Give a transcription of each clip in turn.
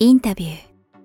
インタビュー。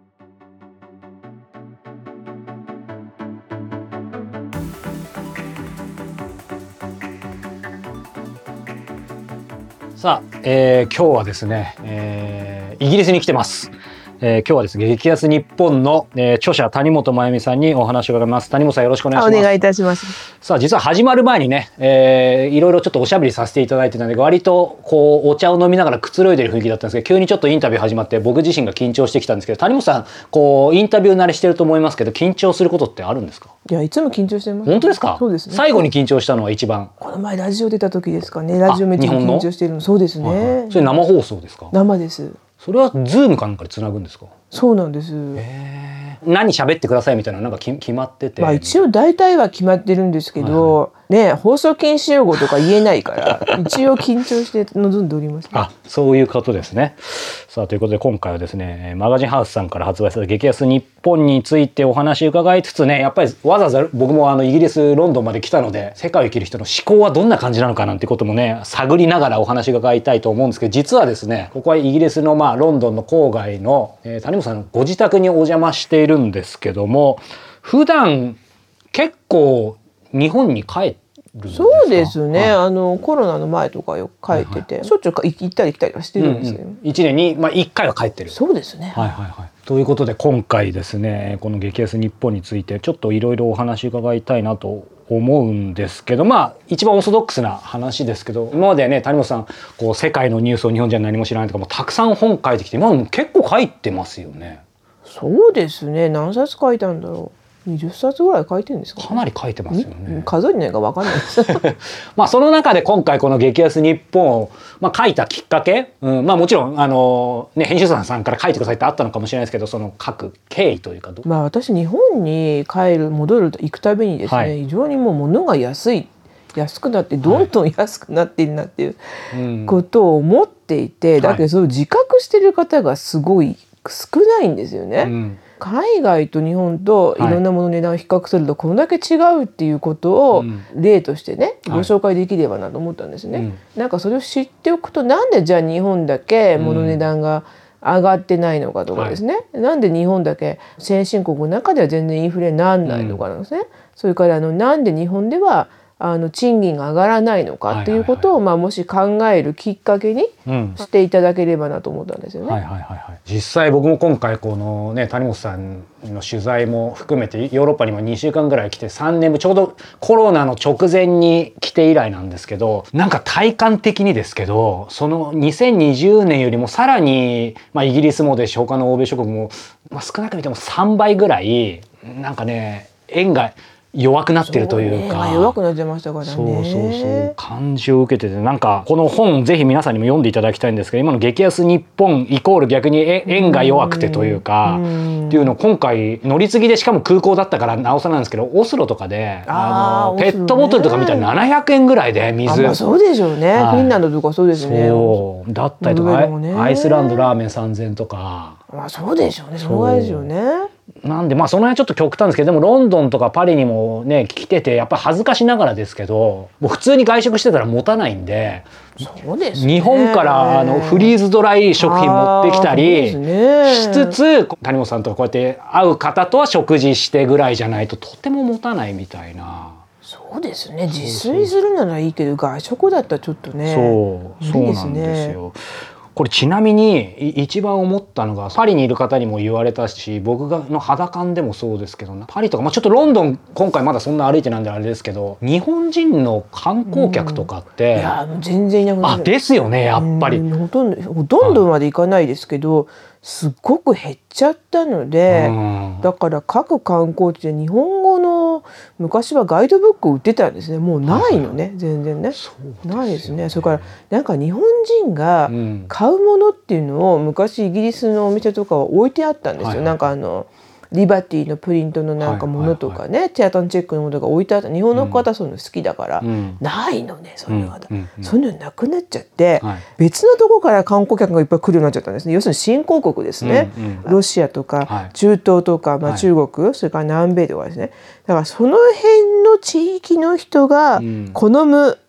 さあ、今日はですね、イギリスに来てます。今日はですね、激安日本の、著者谷本真由美さんにお話を伺います。谷本さん、よろしくお願いします。 お願いいたします。 さあ、実は始まる前にね、いろいろちょっとおしゃべりさせていただいてたので、割とこうお茶を飲みながらくつろいでる雰囲気だったんですけど、急にちょっとインタビュー始まって僕自身が緊張してきたんですけど、谷本さん、こうインタビュー慣れしてると思いますけど、緊張することってあるんですか？ いや、いつも緊張してます。 本当ですか？ そうですね。 最後に緊張したのは一番。 この前ラジオ出た時ですかね。ラジオめっちゃ緊張してるの。そうですね。 はいはい、それ生放送ですか？ 生です。 それはズームかなんかでつなぐんですか？ そうなんです。 何喋ってくださいみたいななんか決まってて、 まあ一応大体は決まってるんですけど、ね、放送禁止用語とか言えないから一応緊張して臨んでおります、ね。 あ、そういうことですね。さあ、ということで今回はですね、マガジンハウスさんから発売された激安日本についてお話伺いつつね、やっぱりわざわざ僕もイギリスロンドンまで来たので、世界を生きる人の思考はどんな感じなのかなんてこともね、探りながらお話伺いたいと思うんですけど、実はですね、ここはイギリスのロンドンの郊外の、谷本さんのご自宅にお邪魔しているんですけども、普段結構日本に帰ってそうですね、はい、コロナの前とかよく帰ってて、はいはい、しょっちゅう行ったり来たりはしてるんですよ、 1年に1回は帰ってる。 そうですね、 はいはいはい。ということで今回ですね、この激安日本についてちょっといろいろお話伺いたいなと思うんですけど、一番オーソドックスな話ですけど、今までね、谷本さんこう世界のニュースを日本じゃ何も知らないとかもたくさん本書いてきて、今も結構書いてますよね。 そうですね、何冊書いたんだろう。20冊ぐらい書いてるんですか、ね、 かなり書いてますよね。 数えないか分かんないですその中で今回この激安日本を、書いたきっかけ、もちろん編集者さんから書いてくださいってあったのかもしれないですけど、その書く経緯というか私日本に戻ると行くたびにですね、はい、非常にもう物が安くなってどんどん安くなっているなっていうことを思っていて、だけどそれを自覚している方がすごい少ないんですよね。海外と日本といろんなものの値段を比較するとこれだけ違うっていうことを例としてね、ご紹介できればなと思ったんですね。なんかそれを知っておくと、なんでじゃあ日本だけ物の値段が上がってないのかとかですね、なんで日本だけ先進国の中では全然インフレになんないのかなんですね。それからなんで日本では賃金が上がらないのかっていうことを、もし考えるきっかけにしていただければなと思ったんですよね。 実際僕も今回このね、谷本さんの取材も含めてヨーロッパにも2週間ぐらい来て、3年目ちょうどコロナの直前に来て以来なんですけど、なんか体感的にですけど、その2020年よりもさらに、イギリスもですし他の欧米諸国も、少なく見ても3倍ぐらいなんかね、円が弱くなってるというか、 弱くなってましたからね。 そう感じを受けてて、なんかこの本ぜひ皆さんにも読んでいただきたいんですけど、今の激安日本イコール逆に円が弱くてというかっていうのを今回乗り継ぎで、しかも空港だったからなおさらなんですけど、オスロとかでペットボトルとか見たら700円ぐらいで水、 そうでしょうね、フィンランドとかそうですね。 そうだったりとか、アイスランドラーメン3000円とか、 そうでしょうね、そうですよね。 なんでその辺はちょっと極端ですけど、でもロンドンとかパリにもね来てて、やっぱり恥ずかしながらですけど、もう普通に外食してたら持たないんで、 そうですね、 日本からフリーズドライ食品持ってきたりしつつ、谷本さんとかこうやって会う方とは食事してぐらいじゃないととても持たないみたいな。 そうですね、自炊するならいいけど外食だったらちょっとね、 そうなんですよ。これちなみに一番思ったのが、パリにいる方にも言われたし、僕の肌感でもそうですけど、パリとか、ちょっとロンドン今回まだそんな歩いてなんであれですけど、日本人の観光客とかって、 いや全然いなくなる。 ですよね、やっぱり。 ほとんどまで行かないですけど、すっごく減っちゃったので、だから各観光地で日本語の昔はガイドブックを売ってたんですね。もうないのね、全然ね。ないですね。それからなんか日本人が買うものっていうのを昔イギリスのお店とかは置いてあったんですよ。なんかリバティのプリントのなんかものとかね、チェアトンチェックのものが置いてあった。日本の方そういうの好きだから、ないのね、そういうのが、そういうのなくなっちゃって、別のとこから観光客がいっぱい来るようになっちゃったんですね。要するに新興国ですね、ロシアとか中東とか、中国、それから南米とかですね。だからその辺の地域の人が好む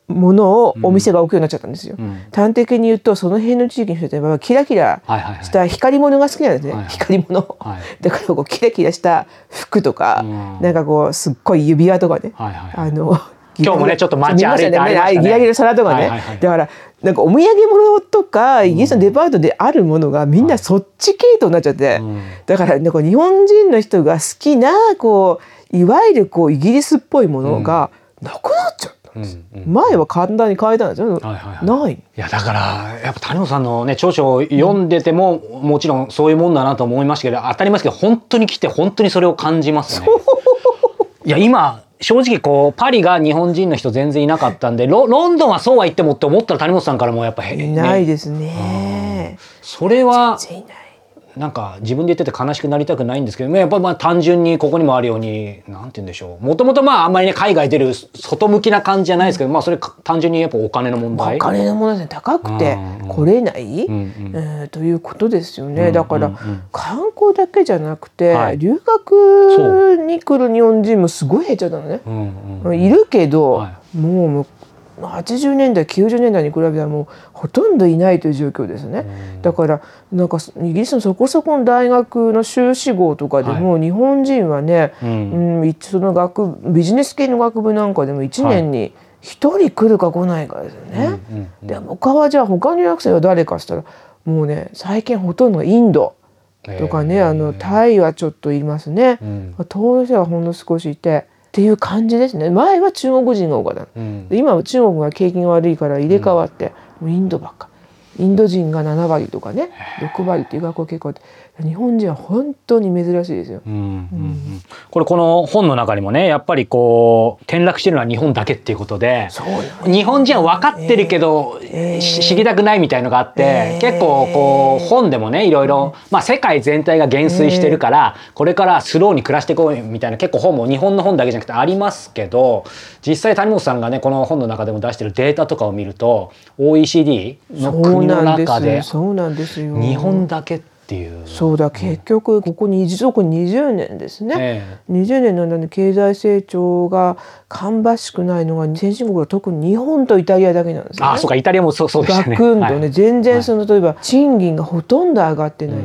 ものをお店が置くようになっちゃったんですよ。端的に言うとその辺の地域の人ってキラキラした光り物が好きなんですね。光り物、だからこうキラキラした服とか、なんかこうすっごい指輪とかね、 今日もねちょっと街歩いてありましたね。 ギラギラ皿とかね、だからなんかお土産物とかイギリスのデパートであるものがみんなそっち系統になっちゃって、だからなんか日本人の人が好きなこういわゆるこうイギリスっぽいものがなくなっちゃう。前は簡単に変えたんですよ。ない。いやだからやっぱ谷本さんのね著書を読んでても、もちろんそういうもんだなと思いましたけど、当たりますけど本当に来て本当にそれを感じますね。いや今正直こうパリが日本人の人全然いなかったんで、ロンドンはそうは言ってもって思ったら谷本さんからもやっぱいないですね。 それはなんか自分で言ってて悲しくなりたくないんですけど、やっぱ単純にここにもあるようになんて言うんでしょう、もともとあんまりね海外出る外向きな感じじゃないですけど、それ単純にやっぱお金の問題、 お金の問題で高くて来れない、ということですよね。だから観光だけじゃなくて、留学に来る日本人もすごい減っちゃったのね。いるけど、もう80年代90年代に比べたらもうほとんどいないという状況ですね。だからなんかイギリスのそこそこの大学の修士号とかでも、日本人はね、そのビジネス系の学部なんかでも1年に1人来るか来ないかですよね。で他はじゃあ他の留学生は誰かしたらもうね最近ほとんどがインドとかね、タイはちょっといますね。東西はほんの少しいて。っていう感じですね。前は中国人が多かった、今は中国が景気が悪いから入れ替わって、もうインドばっか、インド人が7割とかね6割っていう学校結構あって、日本人は本当に珍しいですよ。 この本の中にもねやっぱりこう転落してるのは日本だけっていうことで、日本人は分かってるけど、知りたくないみたいのがあって、結構こう本でもねいろいろ、世界全体が減衰してるから、これからスローに暮らしていこうみたいな結構本も日本の本だけじゃなくてありますけど、実際谷本さんがねこの本の中でも出してるデータとかを見ると OECD の国の中で日本だけっていう。 そうだ、結局ここ20年ですね、20年の間に経済成長が芳しくないのが先進国は特に日本とイタリアだけなんですよね。 そうか、イタリアもそうでしたね。 ガクンとね、全然例えば賃金がほとんど上がってない、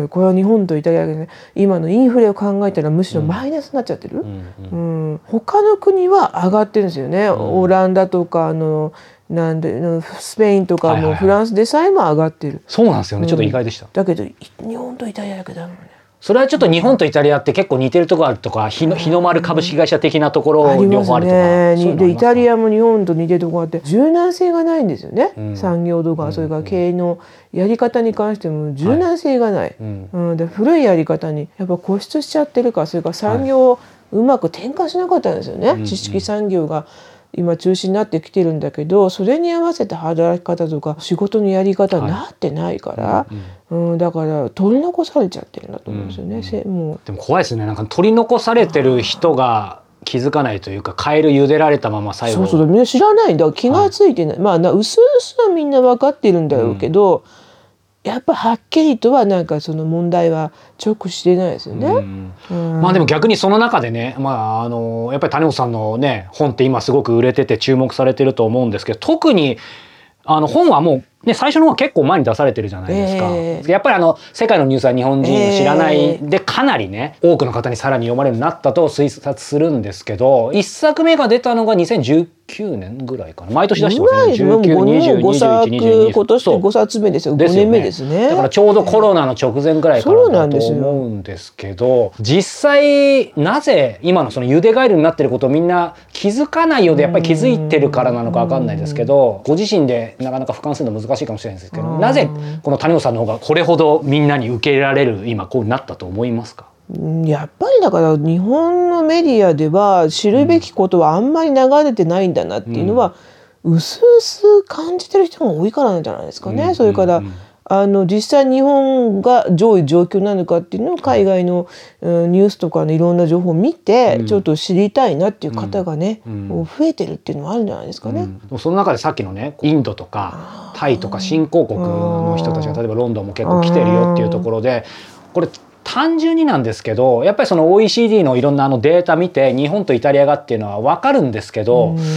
これは日本とイタリアでね、今のインフレを考えたらむしろマイナスになっちゃってる。他の国は上がってるんですよね。オランダとかスペインとかもフランスでさえも上がってる。 そうなんですよね、ちょっと意外でした。 だけど日本とイタリアだけダメね。 それはちょっと日本とイタリアって結構似てるところあるとか、日の丸株式会社的なところ両方あるとか。 でイタリアも日本と似てるところがあって、柔軟性がないんですよね、産業とかそれから経営のやり方に関しても柔軟性がない、で古いやり方にやっぱ固執しちゃってるから、それから産業をうまく転換しなかったんですよね。知識産業が今中心になってきてるんだけど、それに合わせた働き方とか仕事のやり方になってないから、だから取り残されちゃってるんだと思うんですよね。 でも怖いですね、なんか取り残されてる人が気づかないというか、カエル茹でられたまま最後。 みんな知らないんだ、気がついてない、うすうすはみんな分かってるんだろうけど、やっぱはっきりとはなんかその問題は直視してないですよね。 でも逆にその中でね、やっぱり谷本さんのね本って今すごく売れてて注目されてると思うんですけど、特に本はもうね最初の方は結構前に出されてるじゃないですか。やっぱり世界のニュースは日本人知らないで、かなりね多くの方にさらに読まれるようになったと推察するんですけど、1作目が出たのが2019年ぐらいかな。毎年出してますね。19、20、21、22。 今年で5冊目ですよ。5年目ですね。 だからちょうどコロナの直前ぐらいからだと思うんですけど、実際なぜ今のそのゆでガエルになってることをみんな気づかないようでやっぱり気づいてるからなのか分かんないですけど、ご自身でなかなか俯瞰するの難しいかもしれないですけど、なぜこの谷本さんの方がこれほどみんなに受け入れられる今こうなったと思いますか？ やっぱりだから日本のメディアでは知るべきことはあんまり流れてないんだなっていうのはうすうす感じてる人が多いからなんじゃないですかね。それから実際日本が上位状況なのかっていうのを海外のニュースとかのいろんな情報を見てちょっと知りたいなっていう方がね増えてるっていうのはあるんじゃないですかね。 その中でさっきのねインドとかタイとか新興国の人たちが例えばロンドンも結構来てるよっていうところで、これ単純になんですけど、やっぱりその OECD のいろんなデータ見て日本とイタリアがっていうのは分かるんですけど、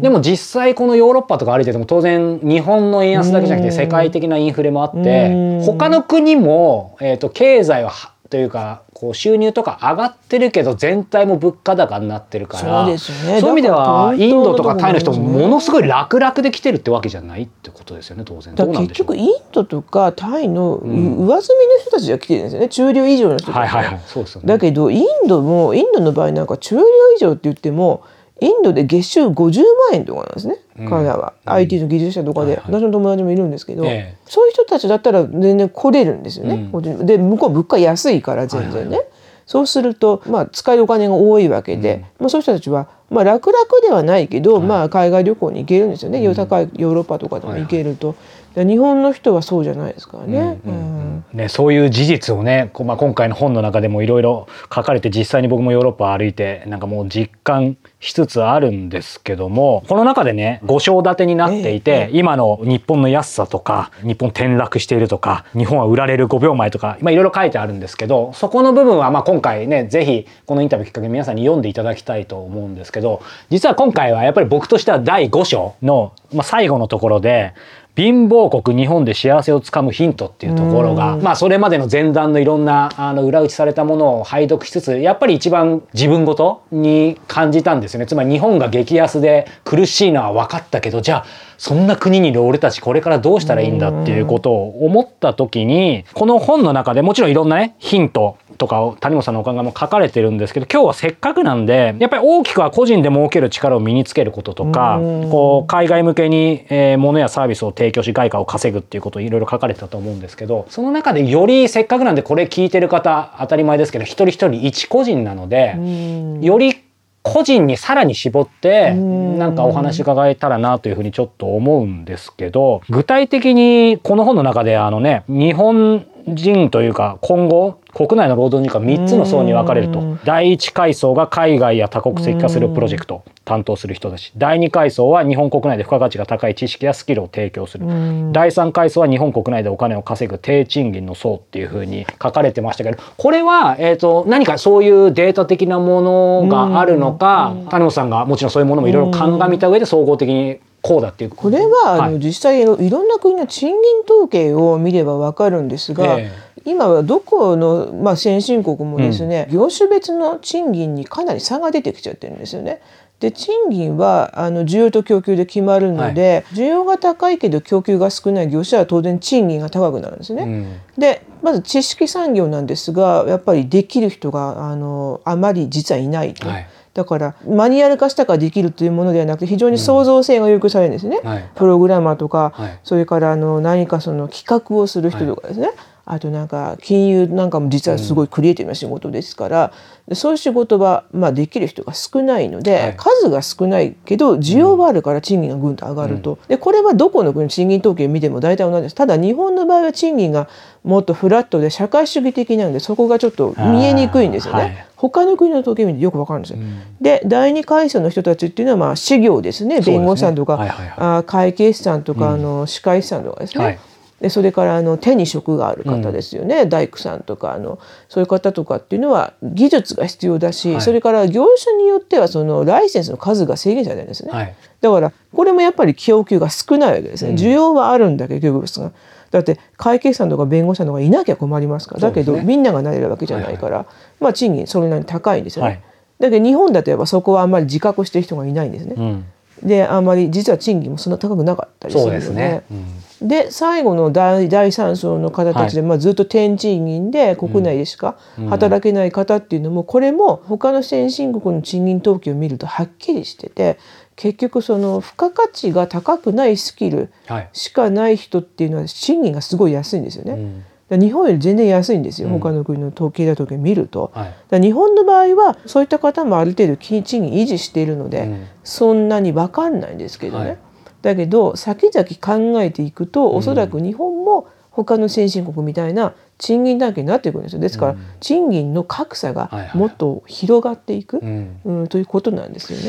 でも実際このヨーロッパとか歩いてても当然日本の円安だけじゃなくて世界的なインフレもあって他の国も、経済はというかこう収入とか上がってるけど全体も物価高になってるから、そういう意味ではインドとかタイの人もものすごい楽々で来てるってわけじゃないってことですよね当然。 だから結局インドとかタイの上積みの人たちが来てるんですよね、中流以上の人たちが。 そうですよね。 だけどインドの場合なんか中流以上って言ってもインドで月収50万円とかなんですね、彼らは、IT の技術者とかで、私の友達もいるんですけど、そういう人たちだったら全然来れるんですよね、で向こう物価安いから全然ね、そうすると、使えるお金が多いわけで、そういう人たちは、楽々ではないけど、海外旅行に行けるんですよね、高いヨーロッパとかでも行けると。日本の人はそうじゃないですからね。 そういう事実をね、今回の本の中でもいろいろ書かれて実際に僕もヨーロッパ歩いてなんかもう実感しつつあるんですけども、この中でね5章立てになっていて、今の日本の安さとか日本転落しているとか日本は売られる5秒前とかいろいろ書いてあるんですけど、そこの部分は今回ねぜひこのインタビューきっかけに皆さんに読んでいただきたいと思うんですけど、実は今回はやっぱり僕としては第5章の、最後のところで貧乏国日本で幸せをつかむヒントっていうところが、それまでの前段のいろんな裏打ちされたものを拝読しつつやっぱり一番自分ごとに感じたんですよね。つまり日本が激安で苦しいのは分かったけど、じゃあそんな国にいる俺たちこれからどうしたらいいんだっていうことを思った時に、この本の中でもちろんいろんなねヒントとかを谷本さんのお考えも書かれてるんですけど、今日はせっかくなんでやっぱり大きくは個人で儲ける力を身につけることとか、こう海外向けに物やサービスを提供し外貨を稼ぐっていうことをいろいろ書かれてたと思うんですけど、その中でよりせっかくなんでこれ聞いてる方当たり前ですけど一人一人一個人なので、より個人にさらに絞ってなんかお話伺えたらなというふうにちょっと思うんですけど、具体的にこの本の中で日本人というか今後国内の労働人口は3つの層に分かれると。第1階層が海外や多国籍化するプロジェクトを担当する人たち。第2階層は日本国内で付加価値が高い知識やスキルを提供する。第3階層は日本国内でお金を稼ぐ低賃金の層っていうふうに書かれてましたけど、これは、何かそういうデータ的なものがあるのか、谷本さんがもちろんそういうものもいろいろ鑑みた上で総合的にこうだっていう。 これは実際いろんな国の賃金統計を見れば分かるんですが、今はどこの、先進国もですね、業種別の賃金にかなり差が出てきちゃってるんですよね。で賃金は需要と供給で決まるので、需要が高いけど供給が少ない業種は当然賃金が高くなるんですね。でまず知識産業なんですが、やっぱりできる人があまり実はいないと。だからマニュアル化したからできるというものではなくて非常に創造性が要求されるんですね。プログラマーとか、それから何かその企画をする人とかですね、あとなんか金融なんかも実はすごいクリエイティブな仕事ですから、そういう仕事はできる人が少ないので、数が少ないけど需要はあるから賃金がぐんと上がると。でこれはどこの国の賃金統計を見ても大体同じです。ただ日本の場合は賃金がもっとフラットで社会主義的なのでそこがちょっと見えにくいんですよね。他の国の統計見てよくわかるんですよ。で第二階層の人たちっていうのは私業ですね。弁護士さんとか、会計士さんとか歯科医師さんとかですね。でそれから手に職がある方ですよね、大工さんとかそういう方とかっていうのは技術が必要だし、それから業種によってはそのライセンスの数が制限されてるんですね、だからこれもやっぱり供給が少ないわけですね、需要はあるんだけど供給がだって会計士さんとか弁護士さんとかいなきゃ困りますから、だけどみんながなれるわけじゃないから、賃金それなりに高いんですよね、だけど日本だとやっぱそこはあんまり自覚してる人がいないんですね、であんまり実は賃金もそんな高くなかったりするの で最後の第3層の方たちで、ずっと低賃金で国内でしか働けない方っていうのも、これも他の先進国の賃金統計を見るとはっきりしてて、結局その付加価値が高くないスキルしかない人っていうのは賃金がすごい安いんですよね。日本より全然安いんですよ、他の国の統計だとか見ると、日本の場合はそういった方もある程度賃金維持しているので、そんなに分かんないんですけどね、だけど先々考えていくと、おそらく日本も他の先進国みたいな賃金体系になっていくんですよ。ですから賃金の格差がもっと広がっていく、ということなんですよね。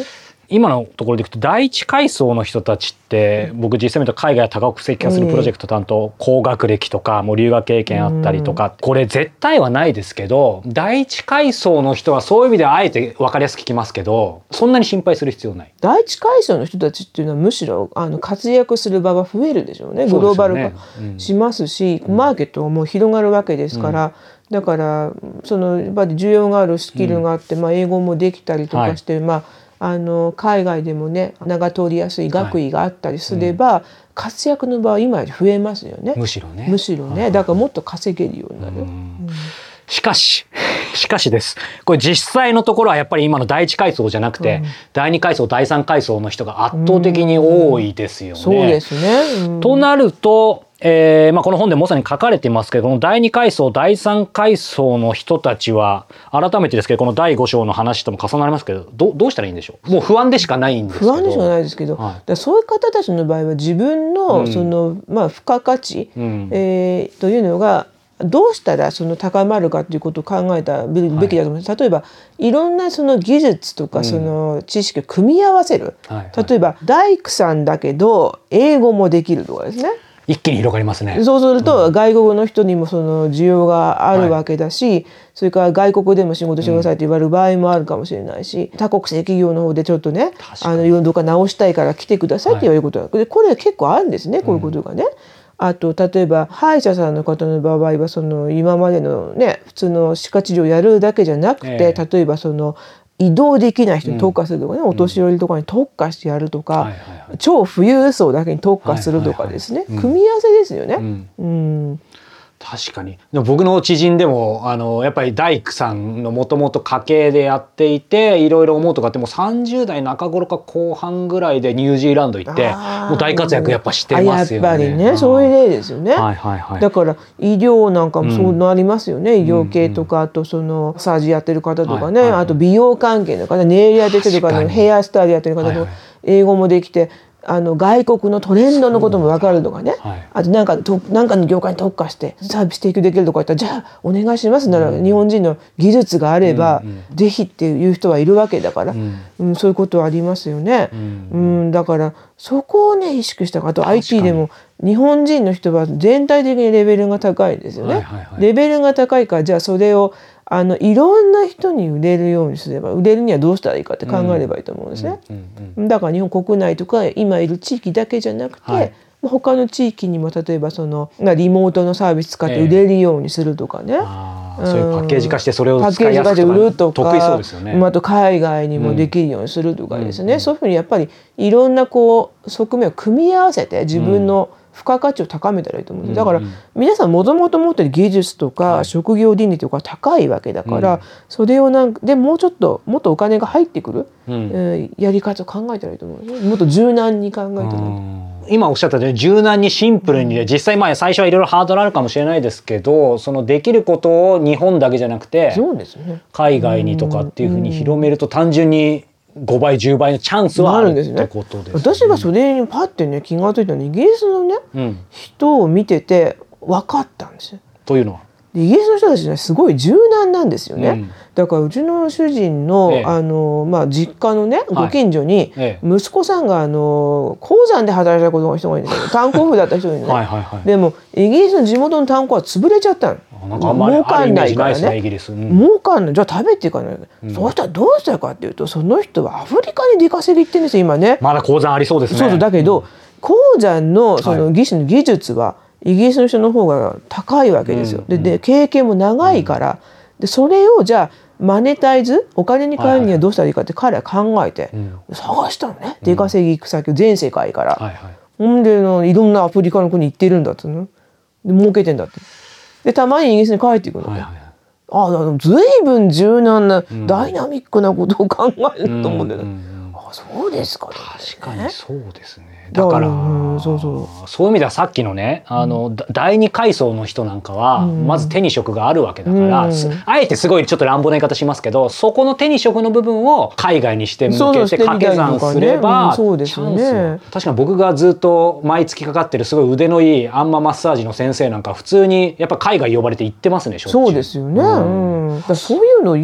今のところでいくと第一階層の人たちって僕実際見ると海外多国籍化するプロジェクト担当、高学歴とかもう留学経験あったりとか、これ絶対はないですけど第一階層の人はそういう意味ではあえて分かりやすく聞きますけどそんなに心配する必要ない。 第一階層の人たちっていうのはむしろ活躍する場が増えるでしょうね。グローバル化しますし、マーケットも広がるわけですから、だからそのやっぱり需要があるスキルがあって、英語もできたりとかして、海外でもね名が通りやすい学位があったりすれば、活躍の場は今より増えますよね。 むしろね。 だからもっと稼げるようになる。 しかしです。これ実際のところはやっぱり今の第一階層じゃなくて、第二階層第三階層の人が圧倒的に多いですよね。 そうですね。 となると、この本でまさに書かれていますけどこの第二階層第三階層の人たちは改めてですけどこの第5章の話とも重なりますけどどうしたらいいんでしょう。もう不安でしかないんですけど。 不安でしかないですけど、だそういう方たちの場合は自分のその、付加価値、というのがどうしたらその高まるかということを考えたべきだと思います。例えばいろんなその技術とかその知識を組み合わせる、例えば大工さんだけど英語もできるとかですね。 一気に広がりますね。 そうすると外国の人にもその需要があるわけだし、それから外国でも仕事してくださいと言われる場合もあるかもしれないし、多国籍企業の方でちょっとねいろんなとこ直したいから来てくださいって言われることが、これ結構あるんですね、こういうことがね。あと例えば歯医者さんの方の場合はその今までのね普通の歯科治療をやるだけじゃなくて、例えばその移動できない人に特化するとかね、お年寄りとかに特化してやるとか、超富裕層だけに特化するとかですね、組み合わせですよね。 確かに。でも僕の知人でもやっぱり大工さんのもともと家系でやっていていろいろ思うとかってもう30代中頃か後半ぐらいでニュージーランド行ってもう大活躍やっぱしてますよね。 やっぱりねそういう例ですよね。だから医療なんかもそうなりますよね。医療系とかあとそのマッサージやってる方とかね、あと美容関係の方ネイルやってるとかヘアスタイルやってる方とか英語もできて。外国のトレンドのことも分かるとかね、あとなんかの業界に特化してサービス提供できるとか言ったらじゃあお願いしますなら、日本人の技術があれば、ぜひっていう人はいるわけだから、そういうことはありますよね。だからそこをね意識したあと IT でも日本人の人は全体的にレベルが高いですよね。レベルが高いからじゃあそれをいろんな人に売れるようにすれば売れるにはどうしたらいいかって考えればいいと思うんですね。だから日本国内とか今いる地域だけじゃなくて、他の地域にも例えばそのリモートのサービス使って売れるようにするとかね、 そういうパッケージ化してそれを使いやすく売るとか、 得意そうですよね。 あと海外にもできるようにするとかですね、そういうふうにやっぱりいろんなこう側面を組み合わせて自分の付加価値を高めたらいいと思うんです。だから皆さんもともと持ってる技術とか職業倫理とか高いわけだから、それをでもうちょっともっとお金が入ってくる、やり方を考えたらいいと思うんですね。もっと柔軟に考えたらいい。 今おっしゃったように柔軟にシンプルにで、実際最初はいろいろハードルあるかもしれないですけどそのできることを日本だけじゃなくて海外にとかっていうふうに広めると単純に5倍10倍のチャンスはあるってことですね。 私がそれにパッてね気が付いたのはイギリスのね、人を見てて分かったんですよ。 というのはイギリスの人たちねすごい柔軟なんですよね。だからうちの主人の、実家のねご近所に息子さんが鉱山で働いた子の人がいるんですよ。炭鉱夫だった人がいるね。でもイギリスの地元の炭鉱は潰れちゃったの。儲かんないからね。儲かんない。じゃあ食べていかない。そうしたらどうしたかっていうとその人はアフリカに出稼ぎ行ってるんですよ今ね。 まだ鉱山ありそうですね。 そうだけど、鉱山のその技術はイギリスの人の方が高いわけですよ。で経験も長いから、でそれをじゃあマネタイズお金に変えるにはどうしたらいいかって彼は考えて、探したのね。出稼ぎ行く先を全世界から。ほんでいろんなアフリカの国行ってるんだってね。で儲けてんだって。でたまにイギリスに帰っていくの。随分柔軟な、ダイナミックなことを考えると思うんだよね。そうですか。 確かにそうですね。だからそういう意味ではさっきのね第二階層の人なんかはまず手に職があるわけだからあえてすごいちょっと乱暴な言い方しますけどそこの手に職の部分を海外にして向けて掛け算すればチャンスは確かに僕がずっと毎月かかってるすごい腕のいいアンママッサージの先生なんか普通にやっぱ海外呼ばれて行ってますね。 そうですよね。そういうのをイギリスの人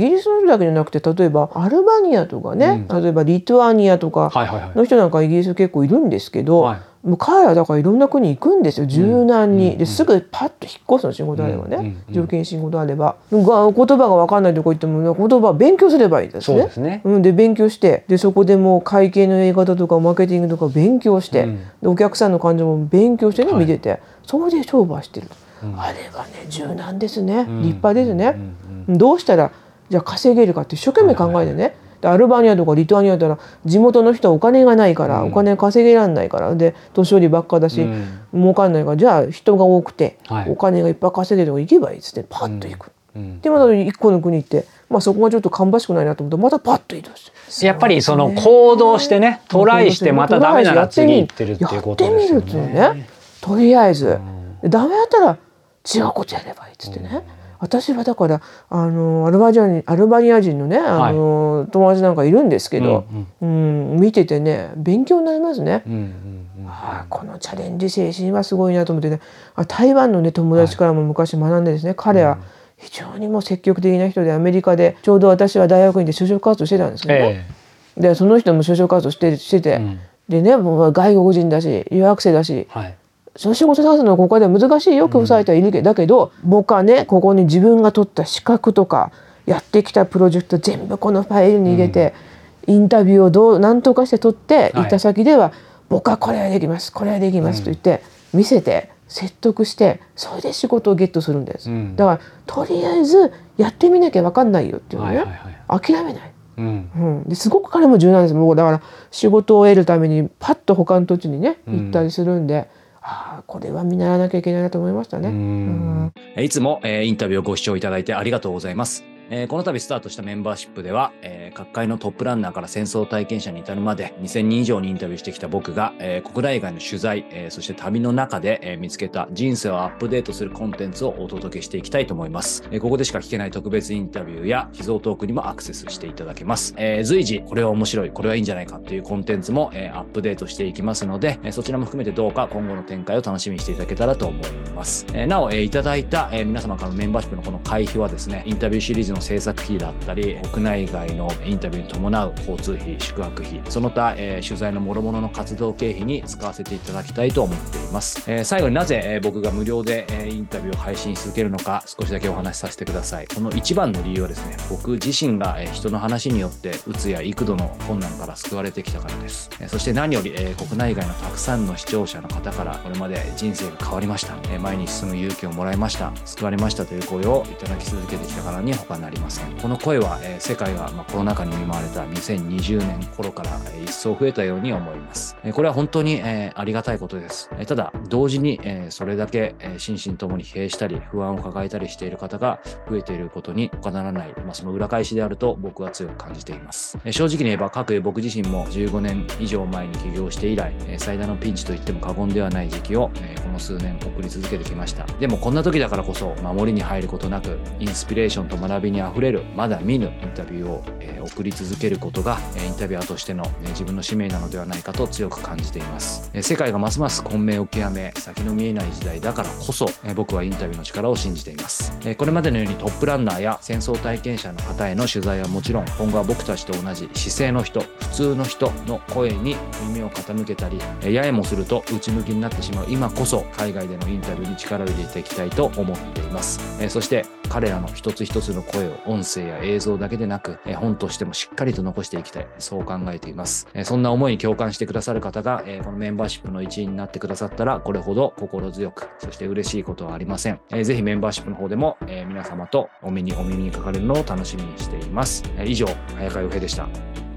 だけじゃなくて、例えばアルバニアとかね、例えばリトアニアとかの人なんかイギリス結構いるんですけど、もう彼らだからいろんな国行くんですよ、柔軟に。ですぐパッと引っ越すの、仕事あればね、条件仕事あれば。言葉が分かんないとこ行っても言葉勉強すればいいですね。 そうですね。 で勉強して、でそこでもう会計のやり方とかマーケティングとか勉強して、でお客さんの感情も勉強してね、見てて、それで商売してる。あれはね柔軟ですね、立派ですね。どうしたらじゃあ稼げるかって一生懸命考えてね。でアルバニアとかリトアニアだったら地元の人はお金がないから、お金稼げられないから、で年寄りばっかだし、儲かんないから、じゃあ人が多くて、お金がいっぱい稼げるとこ行けばいいっつってパッと行く。でまた一個の国行って、そこがちょっと芳しくないなと思ってまたパッと移動して、 やっぱりその行動してね、トライしてまたダメなら次行ってるっていうことですよね。 やってみるっていうね、とりあえず。ダメだったら違うことやればいいっつってね。私はだからアルバニア人のね友達なんかいるんですけど、見ててね勉強になりますね。このチャレンジ精神はすごいなと思ってね、台湾のね友達からも昔学んでですね、彼は非常にもう積極的な人で、アメリカでちょうど私は大学院で就職活動してたんですけどね、でその人も就職活動してて、でねもう外国人だし留学生だし、その仕事探すのはここでは難しいよ、工夫されてはいるけど、だけど僕はねここに自分が取った資格とかやってきたプロジェクト全部このファイルに入れて、インタビューを何とかして取って行った先では、僕はこれはできますこれはできますと言って見せて説得して、それで仕事をゲットするんです。だからとりあえずやってみなきゃ分かんないよっていうのね、諦めない。ですごく彼も柔軟です。僕だから仕事を得るためにパッと他の土地にね行ったりするんで、これは見習わなきゃいけないなと思いましたね。 いつもインタビューをご視聴いただいてありがとうございます。この度スタートしたメンバーシップでは、各界のトップランナーから戦争体験者に至るまで2000人以上にインタビューしてきた僕が、国内外の取材、そして旅の中で、見つけた人生をアップデートするコンテンツをお届けしていきたいと思います。ここでしか聞けない特別インタビューや秘蔵トークにもアクセスしていただけます。随時これは面白いこれはいいんじゃないかというコンテンツも、アップデートしていきますので、そちらも含めてどうか今後の展開を楽しみにしていただけたらと思います。なお、いただいた、皆様からのメンバーシップのこの会費はですね、インタビューシリーズの制作費だったり、国内外のインタビューに伴う交通費、宿泊費、その他、取材の諸々の活動経費に使わせていただきたいと思っています。最後になぜ、僕が無料で、インタビューを配信し続けるのか少しだけお話しさせてください。この一番の理由はですね、僕自身が、人の話によってうつや幾度の困難から救われてきたからです。そして何より、国内外のたくさんの視聴者の方からこれまで人生が変わりました、前に進む勇気をもらいました、救われましたという声をいただき続けてきたからに他なりません。この声は、世界がコロナ禍に見舞われた2020年頃から、一層増えたように思います。これは本当に、ありがたいことです。ただ同時に、それだけ、心身ともに疲弊したり不安を抱えたりしている方が増えていることに他ならない、その裏返しであると僕は強く感じています。正直に言えば僕自身も15年以上前に起業して以来、最大のピンチと言っても過言ではない時期を、この数年送り続けてきました。でもこんな時だからこそ守りに入ることなくインスピレーションと学びにあふれるまだ見ぬインタビューを、送り続けることが、インタビュアーとしての、自分の使命なのではないかと強く感じています。世界がますます混迷を極め先の見えない時代だからこそ、僕はインタビューの力を信じています。これまでのようにトップランナーや戦争体験者の方への取材はもちろん、今後は僕たちと同じ姿勢の人、普通の人の声に耳を傾けたり、ややもすると内向きになってしまう今こそ海外でのインタビューに力を入れていきたいと思っています。そして彼らの一つ一つの声を音声や映像だけでなく、本としてもしっかりと残していきたい、そう考えています。そんな思いに共感してくださる方が、このメンバーシップの一員になってくださったらこれほど心強く、そして嬉しいことはありません。ぜひメンバーシップの方でも、皆様とお耳にかかれるのを楽しみにしています。以上、早川洋平でした。